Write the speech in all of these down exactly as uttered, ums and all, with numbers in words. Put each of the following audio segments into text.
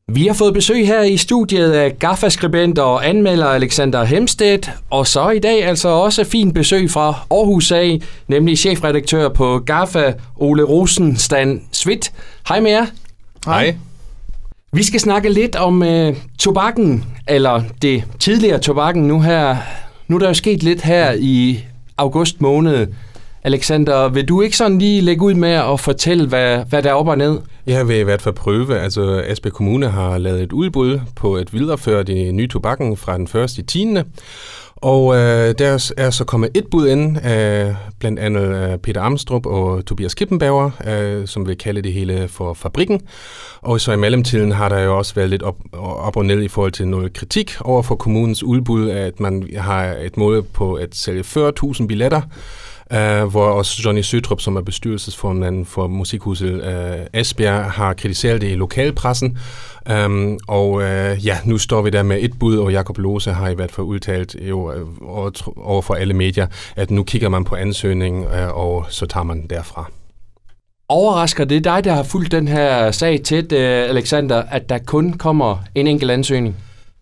Vi har fået besøg her i studiet af Gaffa-skribent og anmelder Alexander Hemstedt, og så i dag altså også fint besøg fra Aarhus af, nemlig chefredaktør på Gaffa, Ole Rosenstand Swidt. Hej med jer. Hej. Vi skal snakke lidt om øh, tobakken, eller det tidligere tobakken nu her. Nu er der jo sket lidt her i august måned. Alexander, vil du ikke sådan lige lægge ud med at fortælle, hvad, hvad der er op og ned? Jeg vil i hvert fald prøve. Altså, Esbjerg Kommune har lavet et udbud på at videreføre de nye tobakken fra den første i tiende Og øh, der er så kommet et bud ind af blandt andet øh, Peter Amstrup og Tobias Kippenbauer, øh, som vil kalde det hele for fabrikken. Og så i mellemtiden har der jo også været lidt op, op og ned i forhold til noget kritik over for kommunens udbud, at man har et mål på at sælge fyrre tusind billetter, Uh, hvor også Johnny Søtrup, som er bestyrelsesformand for Musikhuset uh, Esbjerg, har kritiseret det i lokalpressen. Um, og uh, ja, nu står vi der med et bud, og Jakob Lose har i hvert fald udtalt jo, over, over for alle medier, at nu kigger man på ansøgningen, uh, og så tager man derfra. Overrasker det dig, der har fulgt den her sag tæt, Alexander, at der kun kommer en enkelt ansøgning?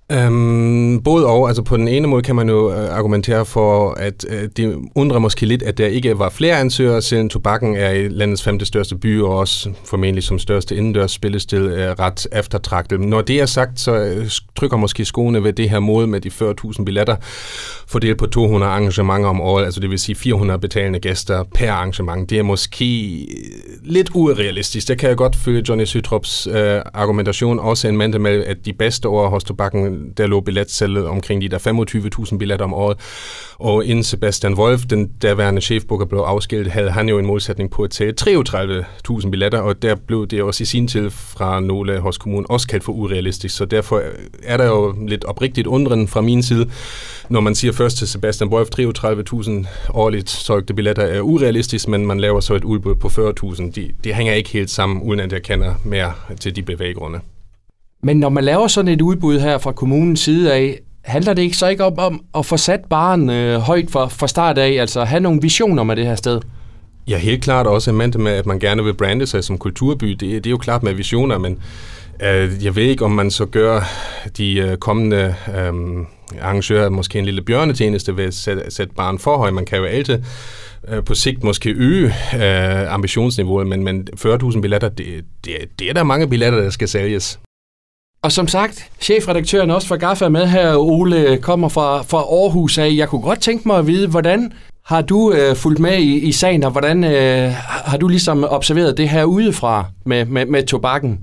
Um, både og. Altså på den ene måde kan man jo uh, argumentere for, at uh, det undrer måske lidt, at der ikke var flere ansøgere, siden tobakken er i landets femte største by, og også formentlig som største indendørs spillested uh, ret eftertragtet. Når det er sagt, så uh, trykker måske skoene ved det her mål med de fyrre tusind billetter, fordelt på to hundrede arrangementer om året, altså det vil sige fire hundrede betalende gæster per arrangement. Det er måske lidt urealistisk. Der kan jeg godt følge Johnny Søtrups uh, argumentation, også en mente med, at de bedste år hos tobakken, der lå billetsalget omkring de der femogtyve tusind billetter om året. Og inden Sebastian Wolf, den daværende chefbooker, blev afskilt, havde han jo en målsætning på at tage treogtredive tusind billetter, og der blev det også i sin tid fra nogle hos kommunen også kaldt for urealistisk. Så derfor er der jo lidt oprigtigt undren fra min side, når man siger først til Sebastian Wolf, treogtredive tusind årligt solgte billetter er urealistisk, men man laver så et udbud på fyrre tusind. Det de hænger ikke helt sammen, uden at jeg kender mere til de bevæggrunde. Men når man laver sådan et udbud her fra kommunens side af, handler det ikke så ikke om, om at få sat barren øh, højt for, for start af, altså have nogle visioner med det her sted? Ja, helt klart også ment med, at man gerne vil brande sig som kulturby. Det, det er jo klart med visioner, men øh, jeg ved ikke, om man så gør de øh, kommende øh, arrangører måske en lille bjørnetjeneste ved at sætte, sætte barren for højt. Man kan jo altid øh, på sigt måske øge øh, ambitionsniveauet, men, men fyrre tusind billetter, det, det, det er der mange billetter, der skal sælges. Og som sagt, chefredaktøren også fra Gaffa med her, Ole, kommer fra, fra Aarhus af. Jeg kunne godt tænke mig at vide, hvordan har du øh, fulgt med i, i sagen, og hvordan øh, har du ligesom observeret det her udefra med, med, med tobakken?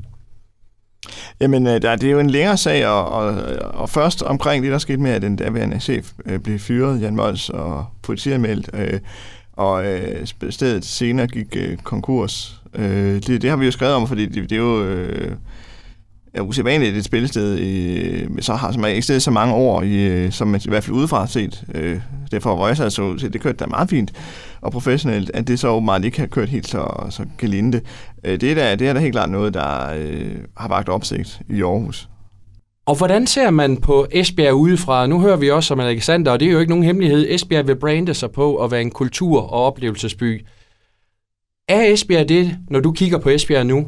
Jamen, der, det er jo en længere sag, og, og, og først omkring det, der skete med, at den daværende chef øh, blev fyret, Jan Mols, og politianmeldt, øh, og øh, stedet senere gik øh, konkurs. Øh, det, det har vi jo skrevet om, fordi det, det er jo... Øh, er usædvanligt et spillested, øh, så har som ikke stedet så mange år, i, som man i hvert fald udefra set. Øh, derfor var jeg så, så det kørte da meget fint og professionelt, at det så åbenbart ikke har kørt helt så, så gelinde. Øh, det, er da, det er da helt klart noget, der øh, har vakt opsigt i Aarhus. Og hvordan ser man på Esbjerg udefra? Nu hører vi også om Alexander, og det er jo ikke nogen hemmelighed. Esbjerg vil brande sig på at være en kultur- og oplevelsesby. Er Esbjerg det, når du kigger på Esbjerg nu?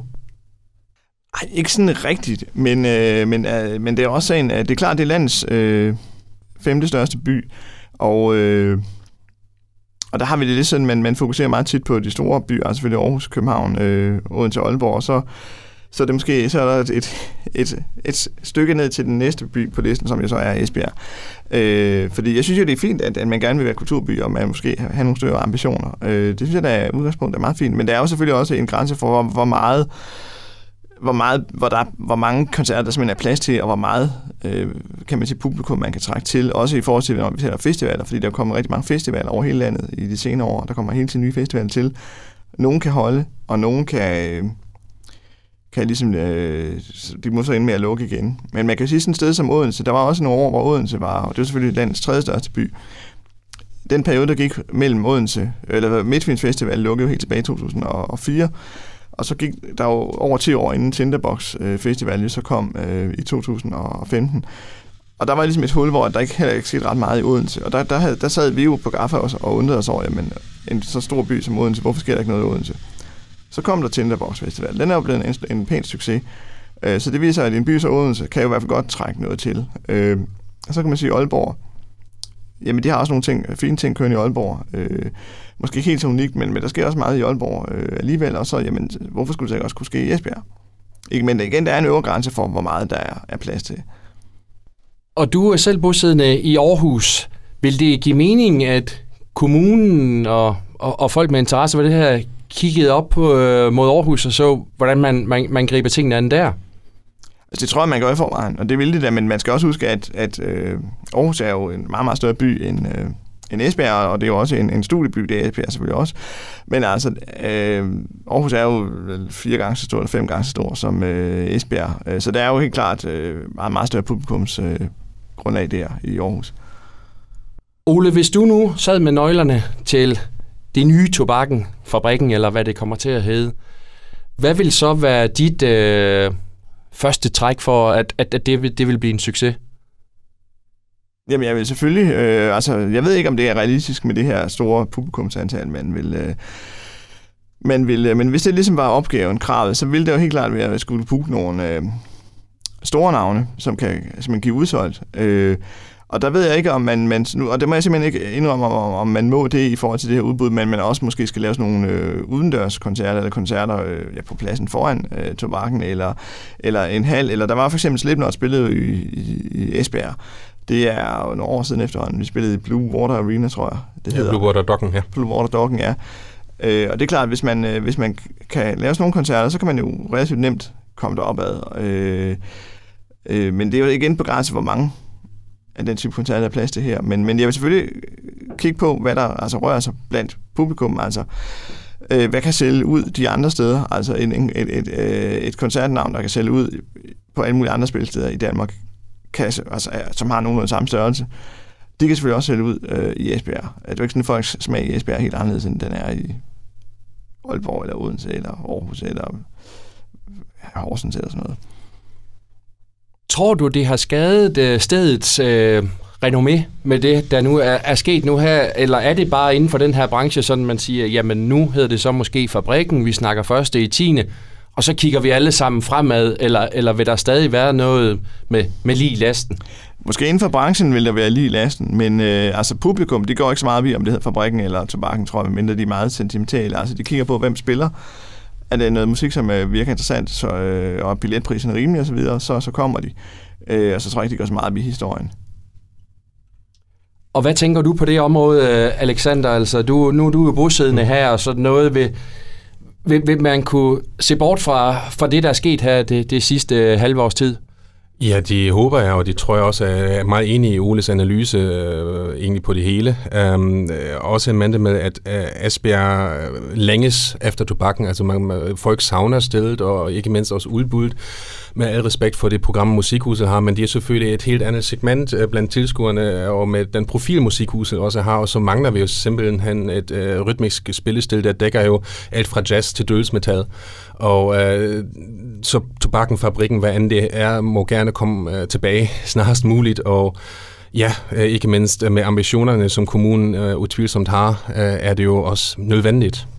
Ej, ikke sådan rigtigt, men, øh, men, øh, men det er også en, at det er klart, det er landets øh, femte største by, og, øh, og der har vi det lidt sådan, man, man fokuserer meget tit på de store byer, altså selvfølgelig Aarhus, København, øh, Odense og Aalborg, og så, så, er det måske, så er der et, et, et stykke ned til den næste by på listen, som jo så er Esbjerg. Øh, fordi jeg synes jo, det er fint, at, at man gerne vil være kulturby, og man måske have nogle større ambitioner. Øh, det synes jeg, der er udgangspunkt, er meget fint, men der er jo selvfølgelig også en grænse for, hvor, hvor meget Hvor, meget, hvor, der, hvor mange koncerter der simpelthen er plads til, og hvor meget øh, kan man sige, publikum man kan trække til, også i forhold til, når vi taler festivaler, fordi der kommer rigtig mange festivaler over hele landet i de senere år. Der kommer hele tiden nye festivaler til. Nogle kan holde, og nogle kan, øh, kan ligesom, øh, de må så ind med at lukke igen. Men man kan sige sådan et sted som Odense, der var også nogle år, hvor Odense var, og det var selvfølgelig landets tredje største by. Den periode, der gik mellem Odense, eller Midtfyns Festival, lukkede jo helt tilbage i to tusind og fire, og så gik der jo over ti år inden Tinderbox øh, Festival så kom øh, i to tusind og femten. Og der var ligesom et hul, hvor der ikke heller ikke skete ret meget i Odense. Og der, der, havde, der sad vi jo på Gaffa også og undrede os over, jamen en så stor by som Odense, hvorfor sker der ikke noget i Odense? Så kom der Tinderbox Festival. Den er jo blevet en, en pæn succes. Øh, så det viser, at en by som Odense kan jo i hvert fald godt trække noget til. Øh, og så kan man sige, at Aalborg, jamen de har også nogle ting, fine ting kørende i Aalborg. Øh, måske ikke helt så unikt, men, men der sker også meget i Aalborg øh, alligevel. Og så, jamen, hvorfor skulle det ikke også kunne ske i Esbjerg? Ikke, men igen, der er en øvre grænse for, hvor meget der er, er plads til. Og du er selv bosiddende i Aarhus. Vil det give mening, at kommunen og, og, og folk med interesse for det her kiggede op på, øh, mod Aarhus og så, hvordan man, man, man griber tingene an der? Altså, det tror jeg, man gør i forvejen, og det vil det da, men man skal også huske, at, at øh, Aarhus er jo en meget, meget større by end, øh, end Esbjerg, og det er jo også en, en studieby, det er Esbjerg selvfølgelig også. Men altså, øh, Aarhus er jo fire gange så stor, eller fem gange så stor som øh, Esbjerg, så der er jo helt klart øh, meget, meget større publikums øh, grundlag der i Aarhus. Ole, hvis du nu sad med nøglerne til det nye Tobakken, fabrikken, eller hvad det kommer til at hedde, hvad vil så være dit øh, første træk for, at, at, at det, vil, det vil blive en succes? Jamen, jeg vil selvfølgelig... Øh, altså, jeg ved ikke, om det er realistisk med det her store publikumsantal, man vil... Øh, man vil øh, men hvis det ligesom var opgaven, kravet, så ville det jo helt klart være, at skulle booke nogle øh, store navne, som kan som man give udsolgt. Øh, Og der ved jeg ikke, om man, man nu, og det må jeg simpelthen ikke indrømme, om, om man må det i forhold til det her udbud, men man også måske skal lave sådan nogle øh, udendørskoncerter eller koncerter øh, ja, på pladsen foran øh, Tobakken, eller, eller en hal, eller der var for eksempel Slipknot spillet i, i, i Esbjerg. Det er jo nogle år siden efterhånden. Vi spillede i Blue Water Arena, tror jeg. Det ja, hedder. Blue Water Docken, ja. Blue Water Docken, ja. Øh, og det er klart, at hvis man, øh, hvis man kan lave sådan nogle koncerter, så kan man jo relativt nemt komme derop ad. Øh, øh, men det er jo igen begrænset, hvor mange af den type koncerter, der er plads til her. Men, men jeg vil selvfølgelig kigge på, hvad der altså rører sig blandt publikum. Altså, øh, hvad kan sælge ud de andre steder? Altså en, en, et, et, et, et koncertnavn, der kan sælge ud på alle mulige andre spilsteder i Danmark, kan, altså, som har nogenlunde samme størrelse. De kan selvfølgelig også sælge ud øh, i Esbjerg. Det er jo ikke sådan, at folks smag i Esbjerg er helt anderledes, end den er i Aalborg, eller Odense, eller Aarhus, eller Horsens, eller sådan noget. Tror du, det har skadet stedets øh, renommé med det, der nu er, er sket nu her, eller er det bare inden for den her branche, sådan man siger, jamen nu hedder det så måske fabrikken, vi snakker første i tiende, og så kigger vi alle sammen fremad, eller, eller vil der stadig være noget med, med lige lasten? Måske inden for branchen vil der være lige lasten, men øh, altså publikum, de går ikke så meget ved, om det hedder fabrikken eller Tobakken, tror jeg, mindre de er meget sentimentale. Altså de kigger på, hvem spiller. Er det noget musik, som øh, virker interessant, så, øh, og billetprisen er rimelig osv., så, så, så kommer de. Øh, og så tror jeg ikke, de går så meget op i historien. Og hvad tænker du på det område, Alexander? Altså, du, nu du er bosiddende her, og sådan noget, vil, vil, vil man kunne se bort fra, fra det, der er sket her det, det sidste halve års tid? Ja, de håber jeg, og de tror jeg også er meget enige i Oles analyse øh, egentlig på det hele. Um, også en mande med, at uh, Esbjerg længes efter Tobakken, altså man, folk savner stedet, og ikke mindst også udbuddet, med al respekt for det program, Musikhuset har, men de er selvfølgelig et helt andet segment uh, blandt tilskuerne, og med den profil, Musikhuset også har, og så mangler vi jo simpelthen et uh, rytmisk spillestil, der dækker jo alt fra jazz til dødsmetal. Og øh, så Tobakken-fabrikken, hvad end det er, må gerne komme øh, tilbage snarest muligt, og ja, øh, ikke mindst med ambitionerne, som kommunen øh, utvivlsomt har, øh, er det jo også nødvendigt.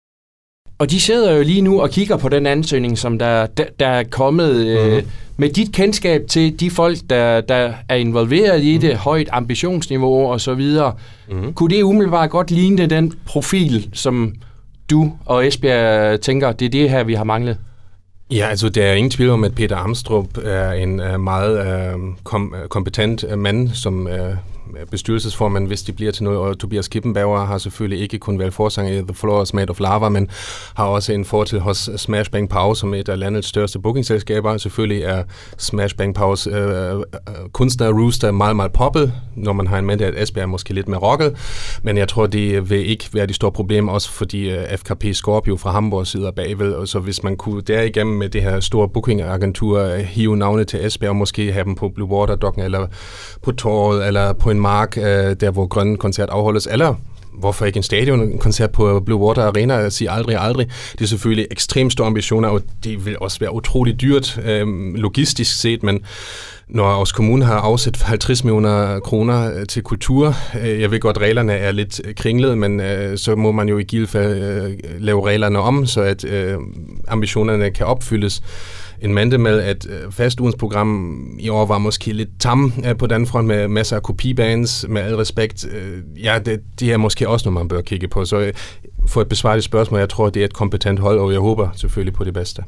Og de sidder jo lige nu og kigger på den ansøgning, som der, der, der er kommet øh, mm-hmm. med dit kendskab til de folk, der, der er involveret i det, mm-hmm. højt ambitionsniveau og så videre. Mm-hmm. Kunne det umiddelbart godt ligne den profil, som du og Esbjerg tænker, det er det her, vi har manglet? Ja, altså der er ingen tvivl om, at Peter Amstrup er en uh, meget uh, kom, kompetent uh, mand, som uh, bestyrelsesformand, hvis de bliver til noget, og Tobias Kippenbauer har selvfølgelig ikke kun været forsanger i The Floor is Made of Lava, men har også en fortil hos Smash Bang Pow, som er et af landets største bookingselskaber. Selvfølgelig er Smash Bang Pows uh, uh, kunstner Rooster meget, meget poppet, når man har en mand, at Esbjerg er måske lidt mere rocket, men jeg tror, det vil ikke være de store problemer, også fordi uh, F K P Scorpio fra Hamburg sidder bagved, og så hvis man kunne derigennem med det her store bookingagentur uh, hive navne til Esbjerg, og måske have dem på Blue Water Docken, eller på Torvet, eller på en mark, uh, der hvor Grønne koncert afholdes, eller hvorfor ikke en stadionkoncert på Blue Water Arena? Jeg siger aldrig, aldrig. Det er selvfølgelig ekstremt store ambitioner, og det vil også være utroligt dyrt øh, logistisk set, men når Aarhus Kommune har afsat halvtreds millioner kroner til kultur, øh, jeg ved godt, reglerne er lidt kringlet, men øh, så må man jo i givet fald øh, lave reglerne om, så at øh, ambitionerne kan opfyldes. en mente med, at øh, festugens program i år var måske lidt tam øh, på den front med masser af kopibands, med al respekt. Øh, ja, det, det er måske også noget, man bør kigge på. Så øh, for et besvaret spørgsmål, jeg tror, det er et kompetent hold, og jeg håber selvfølgelig på det bedste.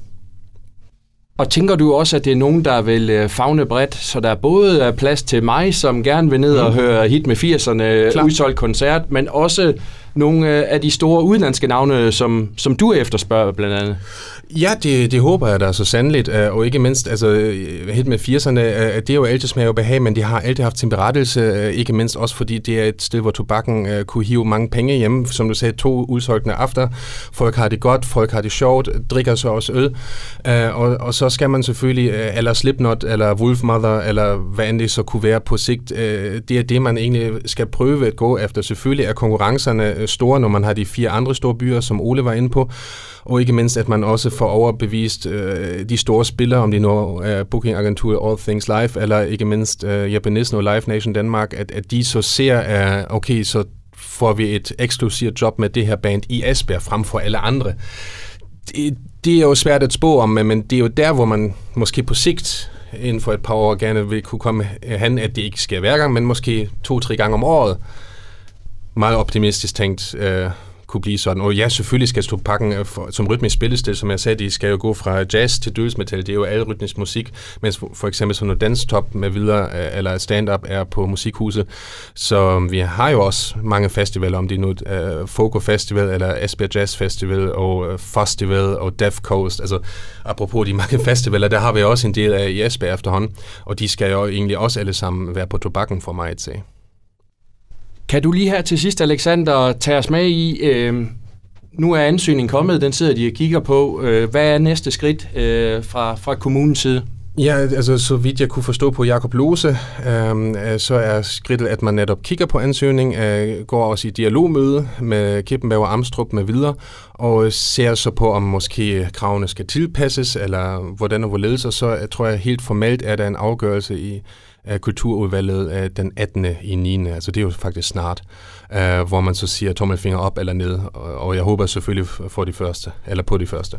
Og tænker du også, at det er nogen, der vil favne bredt, så der er både plads til mig, som gerne vil ned og mm. høre hit med firserne, Klar. udsolgt koncert, men også nogle af de store udenlandske navne, som, som du efterspørger blandt andet? Ja, det, det håber jeg da så sandeligt, og ikke mindst, altså hit med firserne, det er jo altid smag og behag, men de har altid haft sin berettelse, ikke mindst også fordi det er et sted, hvor tobakken kunne hive mange penge hjem, som du sagde, to udsolgte after. Folk har det godt, folk har det sjovt, drikker så også øl, og, og så skal man selvfølgelig, eller Slipknot, eller Wolfmother, eller hvad end det så kunne være på sigt, det er det, man egentlig skal prøve at gå efter. Selvfølgelig er konkurrencerne store, når man har de fire andre store byer, som Ole var inde på, og ikke mindst, at man også får overbevist øh, de store spillere, om de nu er bookingagenturet All Things Live, eller ikke mindst øh, Jeppe Nissen og Live Nation Danmark, at, at de så ser, at okay, så får vi et eksklusivt job med det her band i Esbjerg, frem for alle andre. Det, det er jo svært at spå om, men det er jo der, hvor man måske på sigt, inden for et par år, gerne vil kunne komme hen, at det ikke sker hver gang, men måske to-tre gange om året. Meget optimistisk tænkt, øh, kunne blive sådan. Og ja, selvfølgelig skal Tobakken som rytmisk spillestil, som jeg sagde, de skal jo gå fra jazz til dødsmetal. Det er jo al rytmisk musik, mens for eksempel sådan noget dance-top med videre, eller stand-up er på Musikhuset. Så vi har jo også mange festivaler, om det er nu uh, Fogo Festival, eller Esbjerg Jazz Festival, og uh, Festival, og Deaf Coast. Altså, apropos de mange festivaler, der har vi også en del af i Esbjerg efterhånden, og de skal jo egentlig også alle sammen være på Tobakken for mig at se. Kan du lige her til sidst, Alexander, tage os med i, øh, nu er ansøgningen kommet, den sidder de og kigger på. Øh, hvad er næste skridt øh, fra, fra kommunens side? Ja, altså så vidt jeg kunne forstå på Jakob Lose, øh, så er skridtet, at man netop kigger på ansøgning, øh, går også i dialogmøde med Kippenberg og Amstrup med videre, og ser så på, om måske kravene skal tilpasses, eller hvordan og hvorledes, og så tror jeg helt formelt er der en afgørelse i af kulturudvalget af den attende i niende Altså det er jo faktisk snart, uh, hvor man så siger tommelfinger op eller ned, og, og jeg håber selvfølgelig for de første, eller på de første.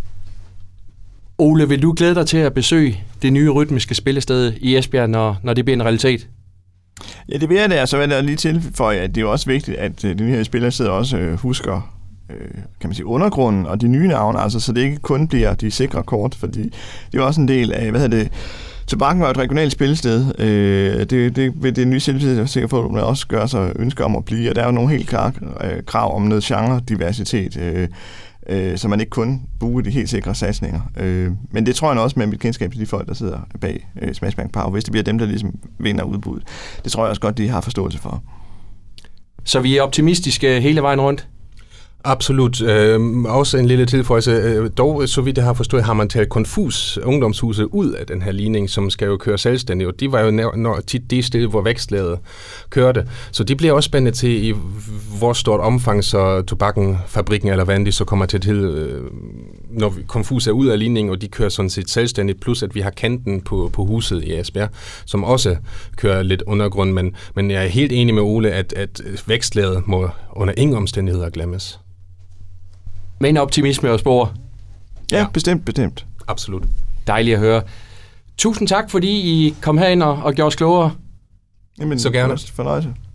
Ole, vil du glæde dig til at besøge det nye rytmiske spillested i Esbjerg, når, når det bliver en realitet? Ja, det vil jeg da. Så vil jeg lige tilføje, at det er også vigtigt, at det nye spillested også øh, husker kan man sige, undergrunden og de nye navne, altså, så det ikke kun bliver de sikre kort, fordi det er jo også en del af, hvad hedder det, Tobakken var et regionalt spillested. Øh, det, det vil det nye spillested, jeg er sikker på, at man også gør sig ønsker om at blive, og der er jo nogle helt klare øh, krav om noget genre-diversitet, øh, øh, så man ikke kun bruger de helt sikre satsninger. Øh, men det tror jeg også med mit kendskab til de folk, der sidder bag øh, Smashbang Power, hvis det bliver dem, der ligesom vinder udbuddet. Det tror jeg også godt, de har forståelse for. Så vi er optimistiske hele vejen rundt? Absolut. Øh, også en lille tilføjelse. Øh, dog, så vidt jeg har forstået, har man taget Konfus ungdomshuset ud af den her ligning, som skal jo køre selvstændigt, og de var jo når, når, tit det sted, hvor vækstlaget kørte. Så de bliver også spændende til, i hvor stort omfang så Tobakken, fabrikken eller hvad de så kommer til, til øh, når Konfus er ud af ligningen, og de kører sådan set selvstændigt, plus at vi har kanten på, på huset i Esbjerg, som også kører lidt undergrund, men, men jeg er helt enig med Ole, at, at vækstlaget må under ingen omstændigheder glemmes. Men optimisme og spor. Ja, ja, bestemt, bestemt. Absolut. Dejligt at høre. Tusind tak, fordi I kom herind og, og gjorde os klogere. Jamen, så gerne. Fornøjelse.